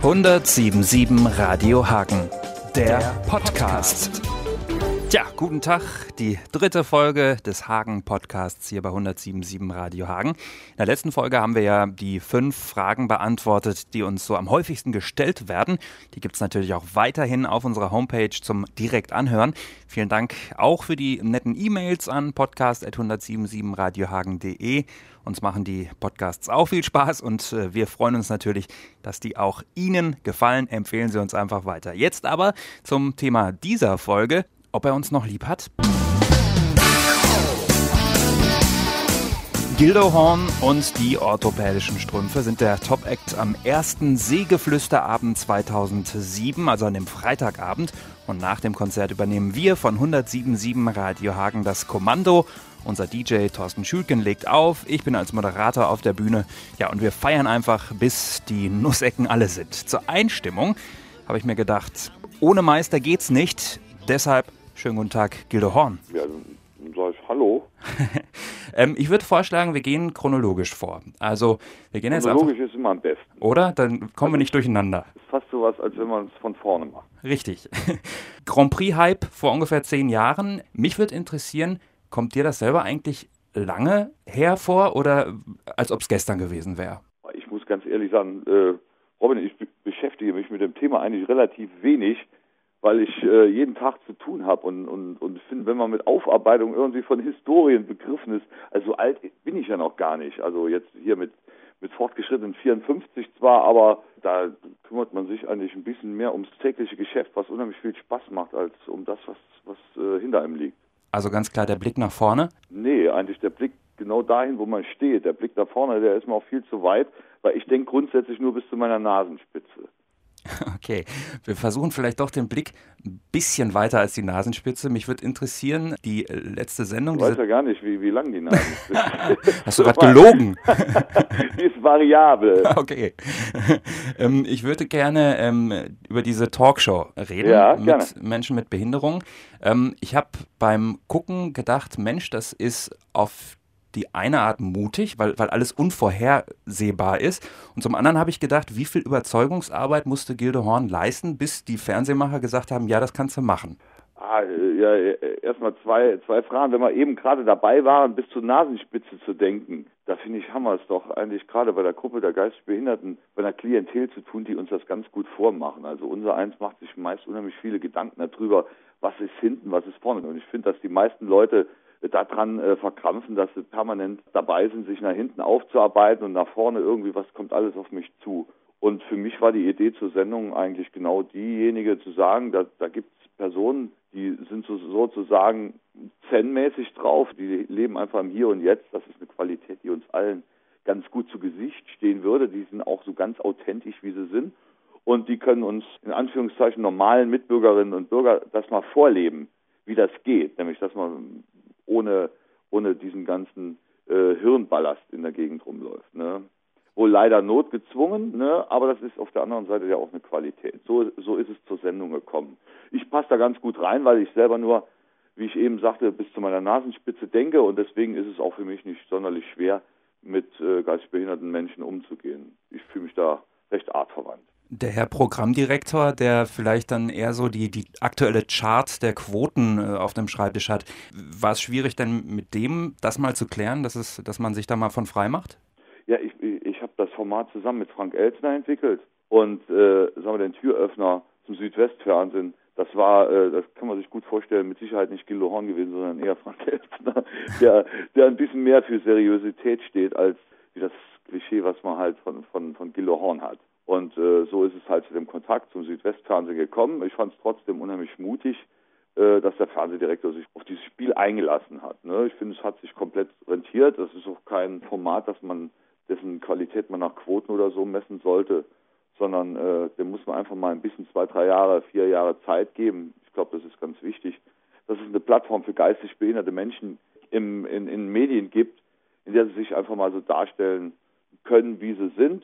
107.7 Radio Hagen, der Podcast. Tja, guten Tag, die dritte Folge des Hagen-Podcasts hier bei 107.7 Radio Hagen. In der letzten Folge haben wir ja die 5 Fragen beantwortet, die uns so am häufigsten gestellt werden. Die gibt es natürlich auch weiterhin auf unserer Homepage zum direkt anhören. Vielen Dank auch für die netten E-Mails an podcast@107.7radiohagen.de. Uns machen die Podcasts auch viel Spaß und wir freuen uns natürlich, dass die auch Ihnen gefallen. Empfehlen Sie uns einfach weiter. Jetzt aber zum Thema dieser Folge. Ob er uns noch lieb hat? Gildo-Horn und die orthopädischen Strümpfe sind der Top-Act am ersten Seegeflüsterabend 2007, also an dem Freitagabend. Und nach dem Konzert übernehmen wir von 107.7 Radio Hagen das Kommando. Unser DJ Thorsten Schülken legt auf, ich bin als Moderator auf der Bühne. Ja, und wir feiern einfach, bis die Nussecken alle sind. Zur Einstimmung habe ich mir gedacht, ohne Meister geht's nicht. Deshalb schönen guten Tag, Gildo-Horn. Ja, dann sag ich Hallo. Ich würde vorschlagen, wir gehen chronologisch vor. Also, wir gehen jetzt einfach... Chronologisch ist immer am besten. Oder? Dann kommen wir nicht durcheinander. Ist fast so was, als wenn man es von vorne macht. Richtig. Grand Prix-Hype vor ungefähr 10 Jahren. Mich würde interessieren, kommt dir das selber eigentlich lange hervor oder als ob es gestern gewesen wäre? Ich muss ganz ehrlich sagen, Robin, ich beschäftige mich mit dem Thema eigentlich relativ wenig, weil ich jeden Tag zu tun habe und finde, wenn man mit Aufarbeitung irgendwie von Historien begriffen ist, also so alt bin ich ja noch gar nicht, also jetzt hier mit fortgeschrittenen 54 zwar, aber da kümmert man sich eigentlich ein bisschen mehr ums tägliche Geschäft, was unheimlich viel Spaß macht, als um das, was hinter einem liegt. Also ganz klar der Blick nach vorne? Nee, eigentlich der Blick genau dahin, wo man steht. Der Blick nach vorne, der ist mir auch viel zu weit, weil ich denke grundsätzlich nur bis zu meiner Nasenspitze. Okay, wir versuchen vielleicht doch den Blick ein bisschen weiter als die Nasenspitze. Mich würde interessieren, die letzte Sendung... Ich weiß ja gar nicht, wie lang die Nasenspitze ist. Hast du gerade gelogen? Die ist variabel. Okay. Ich würde gerne über diese Talkshow reden, mit gerne. Menschen mit Behinderung. Ich habe beim Gucken gedacht, Mensch, das ist auf die eine Art mutig, weil alles unvorhersehbar ist. Und zum anderen habe ich gedacht, wie viel Überzeugungsarbeit musste Gildo-Horn leisten, bis die Fernsehmacher gesagt haben, ja, das kannst du machen. Ja, erstmal zwei Fragen. Wenn wir eben gerade dabei waren, bis zur Nasenspitze zu denken, da finde ich, haben wir es doch eigentlich gerade bei der Gruppe der geistig Behinderten, bei einer Klientel zu tun, die uns das ganz gut vormachen. Also unser Eins macht sich meist unheimlich viele Gedanken darüber, was ist hinten, was ist vorne. Und ich finde, dass die meisten Leute daran verkrampfen, dass sie permanent dabei sind, sich nach hinten aufzuarbeiten und nach vorne irgendwie, was kommt alles auf mich zu. Und für mich war die Idee zur Sendung eigentlich genau diejenige zu sagen, da gibt es Personen, die sind sozusagen zen-mäßig drauf, die leben einfach im Hier und Jetzt. Das ist eine Qualität, die uns allen ganz gut zu Gesicht stehen würde. Die sind auch so ganz authentisch, wie sie sind. Und die können uns in Anführungszeichen normalen Mitbürgerinnen und Bürger das mal vorleben, wie das geht. Nämlich, dass man ohne diesen ganzen Hirnballast in der Gegend rumläuft. Ne? Wohl leider notgezwungen, ne? Aber das ist auf der anderen Seite ja auch eine Qualität. So ist es zur Sendung gekommen. Ich passe da ganz gut rein, weil ich selber nur, wie ich eben sagte, bis zu meiner Nasenspitze denke und deswegen ist es auch für mich nicht sonderlich schwer, mit geistig behinderten Menschen umzugehen. Ich fühle mich da recht artverwandt. Der Herr Programmdirektor, der vielleicht dann eher so die aktuelle Chart der Quoten auf dem Schreibtisch hat, war es schwierig denn mit dem das mal zu klären, dass man sich da mal von frei macht? Ja, ich habe das Format zusammen mit Frank Elstner entwickelt und den Türöffner zum Südwestfernsehen, das kann man sich gut vorstellen, mit Sicherheit nicht Gildo-Horn gewesen, sondern eher Frank Elstner, der ein bisschen mehr für Seriosität steht als wie das Klischee, was man halt von Gildo-Horn hat. Und so ist es halt zu dem Kontakt zum Südwestfernsehen gekommen. Ich fand es trotzdem unheimlich mutig, dass der Fernsehdirektor sich auf dieses Spiel eingelassen hat. Ne? Ich finde, es hat sich komplett rentiert. Das ist auch kein Format, dessen Qualität man nach Quoten oder so messen sollte, sondern dem muss man einfach mal ein bisschen 2, 3 Jahre, 4 Jahre Zeit geben. Ich glaube, das ist ganz wichtig, dass es eine Plattform für geistig behinderte Menschen in Medien gibt, in der sie sich einfach mal so darstellen können, wie sie sind,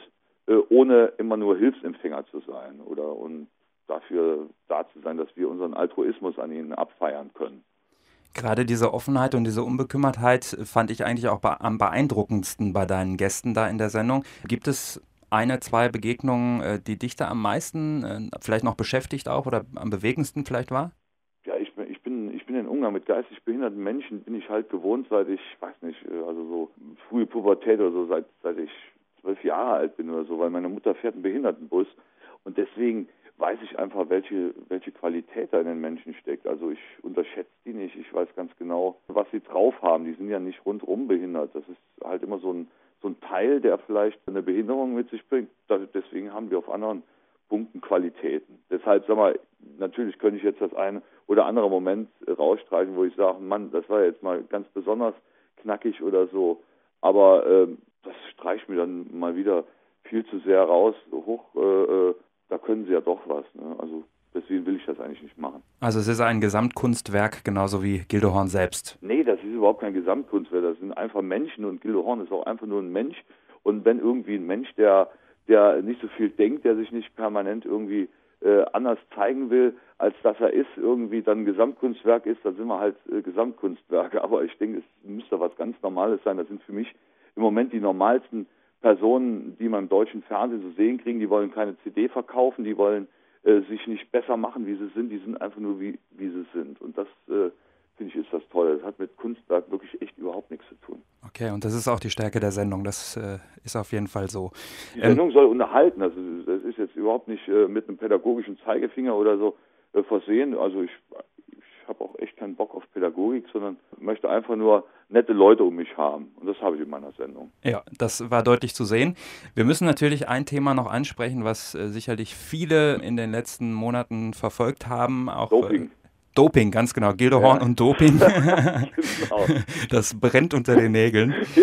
ohne immer nur Hilfsempfänger zu sein und dafür da zu sein, dass wir unseren Altruismus an ihnen abfeiern können. Gerade diese Offenheit und diese Unbekümmertheit fand ich eigentlich auch am beeindruckendsten bei deinen Gästen da in der Sendung. Gibt es eine, zwei Begegnungen, die dich da am meisten vielleicht noch beschäftigt auch oder am bewegendsten vielleicht war? Ja, ich bin den Umgang mit geistig behinderten Menschen bin ich halt gewohnt, seit ich, weiß nicht, also so frühe Pubertät oder so, seit ich 12 Jahre alt bin oder so, weil meine Mutter fährt einen Behindertenbus und deswegen weiß ich einfach, welche Qualität da in den Menschen steckt. Also ich unterschätze die nicht, ich weiß ganz genau, was sie drauf haben. Die sind ja nicht rundrum behindert. Das ist halt immer so ein Teil, der vielleicht eine Behinderung mit sich bringt. Deswegen haben wir auf anderen Punkten Qualitäten. Deshalb, sag mal, natürlich könnte ich jetzt das eine oder andere Moment rausstreichen, wo ich sage, Mann, das war jetzt mal ganz besonders knackig oder so. Aber das streicht mir dann mal wieder viel zu sehr raus. Da können sie ja doch was. Ne? Also deswegen will ich das eigentlich nicht machen. Also es ist ein Gesamtkunstwerk, genauso wie Gildo Horn selbst. Nee, das ist überhaupt kein Gesamtkunstwerk. Das sind einfach Menschen und Gildo Horn ist auch einfach nur ein Mensch. Und wenn irgendwie ein Mensch, der nicht so viel denkt, der sich nicht permanent irgendwie anders zeigen will, als dass er ist, irgendwie dann ein Gesamtkunstwerk ist, dann sind wir halt Gesamtkunstwerke. Aber ich denke, es müsste was ganz Normales sein. Das sind für mich im Moment die normalsten Personen, die man im deutschen Fernsehen so sehen kriegen. Die wollen keine CD verkaufen, die wollen sich nicht besser machen, wie sie sind. Die sind einfach nur, wie sie sind. Und das, finde ich, ist das Tolle. Das hat mit Kunstwerk wirklich echt überhaupt nichts zu tun. Okay, und das ist auch die Stärke der Sendung. Das ist auf jeden Fall so. Die Sendung soll unterhalten. Also das ist jetzt überhaupt nicht mit einem pädagogischen Zeigefinger oder so versehen. Also ich habe auch echt keinen Bock auf Pädagogik, sondern möchte einfach nur nette Leute um mich haben. Und das habe ich in meiner Sendung. Ja, das war deutlich zu sehen. Wir müssen natürlich ein Thema noch ansprechen, was sicherlich viele in den letzten Monaten verfolgt haben. Auch Doping, ganz genau. Gildo Horn und Doping. Genau. Das brennt unter den Nägeln. Ja,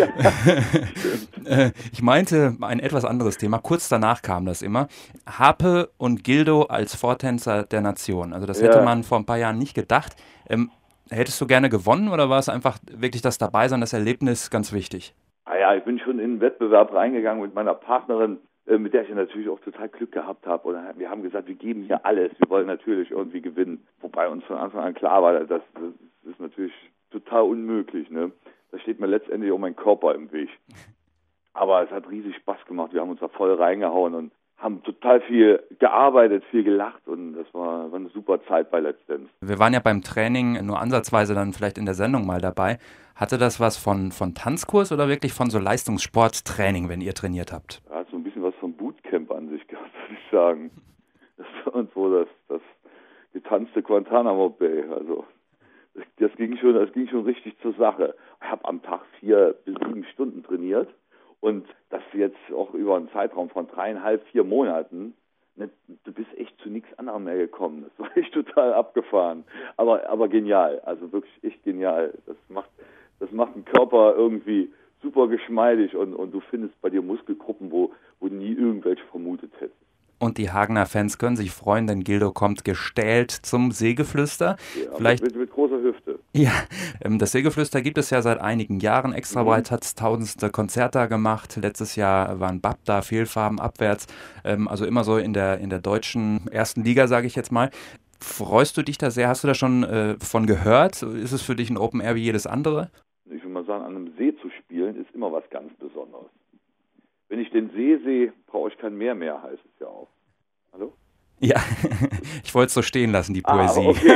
ich meinte ein etwas anderes Thema. Kurz danach kam das immer. Harpe und Gildo als Vortänzer der Nation. Also das hätte man vor ein paar Jahren nicht gedacht. Hättest du gerne gewonnen oder war es einfach wirklich das Dabeisein, das Erlebnis ganz wichtig? Ja, ich bin schon in den Wettbewerb reingegangen mit meiner Partnerin, mit der ich natürlich auch total Glück gehabt habe. Und wir haben gesagt, wir geben hier alles. Wir wollen natürlich irgendwie gewinnen. Wobei uns von Anfang an klar war, das ist natürlich total unmöglich. Ne? Da steht mir letztendlich auch mein Körper im Weg. Aber es hat riesig Spaß gemacht. Wir haben uns da voll reingehauen und haben total viel gearbeitet, viel gelacht und das war eine super Zeit bei Let's Dance. Wir waren ja beim Training nur ansatzweise dann vielleicht in der Sendung mal dabei. Hatte das was von Tanzkurs oder wirklich von so Leistungssporttraining, wenn ihr trainiert habt? Ja, so ein bisschen was vom Bootcamp an sich gehabt, würde ich sagen. Das war uns so das getanzte Guantanamo Bay. Also das ging schon richtig zur Sache. Ich habe am Tag 4 bis 7 Stunden trainiert. Und das jetzt auch über einen Zeitraum von 3,5, 4 Monaten, ne, du bist echt zu nichts anderem mehr gekommen. Das war echt total abgefahren. Aber genial, also wirklich echt genial. Das macht den Körper irgendwie super geschmeidig und du findest bei dir Muskelgruppen, wo nie irgendwelche vermutet hättest. Und die Hagener Fans können sich freuen, denn Gildo kommt gestählt zum Seegeflüster. Ja, vielleicht mit großer Hüfte. Ja, das Seegeflüster gibt es ja seit einigen Jahren. Extrabreit hat es tausendste Konzerte gemacht. Letztes Jahr waren BAP da, Fehlfarben abwärts. Also immer so in der deutschen ersten Liga, sage ich jetzt mal. Freust du dich da sehr? Hast du da schon von gehört? Ist es für dich ein Open Air wie jedes andere? Ich würde mal sagen, an einem See zu spielen ist immer was ganz Besonderes. Wenn ich den See sehe, brauche ich kein Meer mehr, heißt es ja auch. Hallo? Ja, ich wollte es so stehen lassen, die Poesie. Okay.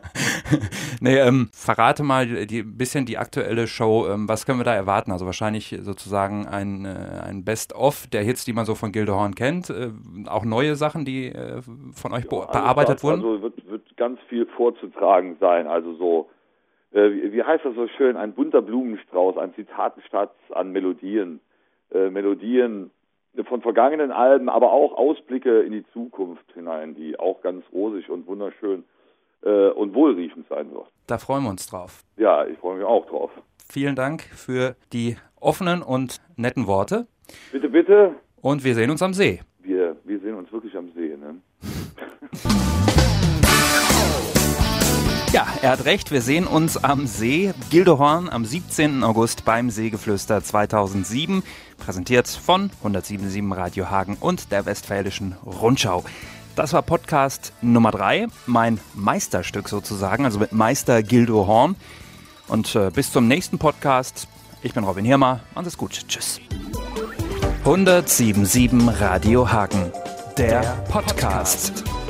Nee, verrate mal ein bisschen die aktuelle Show. Was können wir da erwarten? Also wahrscheinlich sozusagen ein Best-of der Hits, die man so von Gildo Horn kennt. Auch neue Sachen, die von euch bearbeitet wurden? Also wird ganz viel vorzutragen sein. Also so, wie heißt das so schön? Ein bunter Blumenstrauß, ein Zitatenschatz an Melodien. Melodien von vergangenen Alben, aber auch Ausblicke in die Zukunft hinein, die auch ganz rosig und wunderschön und wohlriechend sein wird. Da freuen wir uns drauf. Ja, ich freue mich auch drauf. Vielen Dank für die offenen und netten Worte. Bitte, bitte. Und wir sehen uns am See. Wir sehen uns wirklich am See, ne? Ja, er hat recht, wir sehen uns am See. Gildo Horn am 17. August beim Seegeflüster 2007, präsentiert von 107.7 Radio Hagen und der Westfälischen Rundschau. Das war Podcast Nummer 3, mein Meisterstück sozusagen, also mit Meister Gildo Horn. Und bis zum nächsten Podcast. Ich bin Robin Hirmer, macht es gut, tschüss. 107.7 Radio Hagen, der Podcast.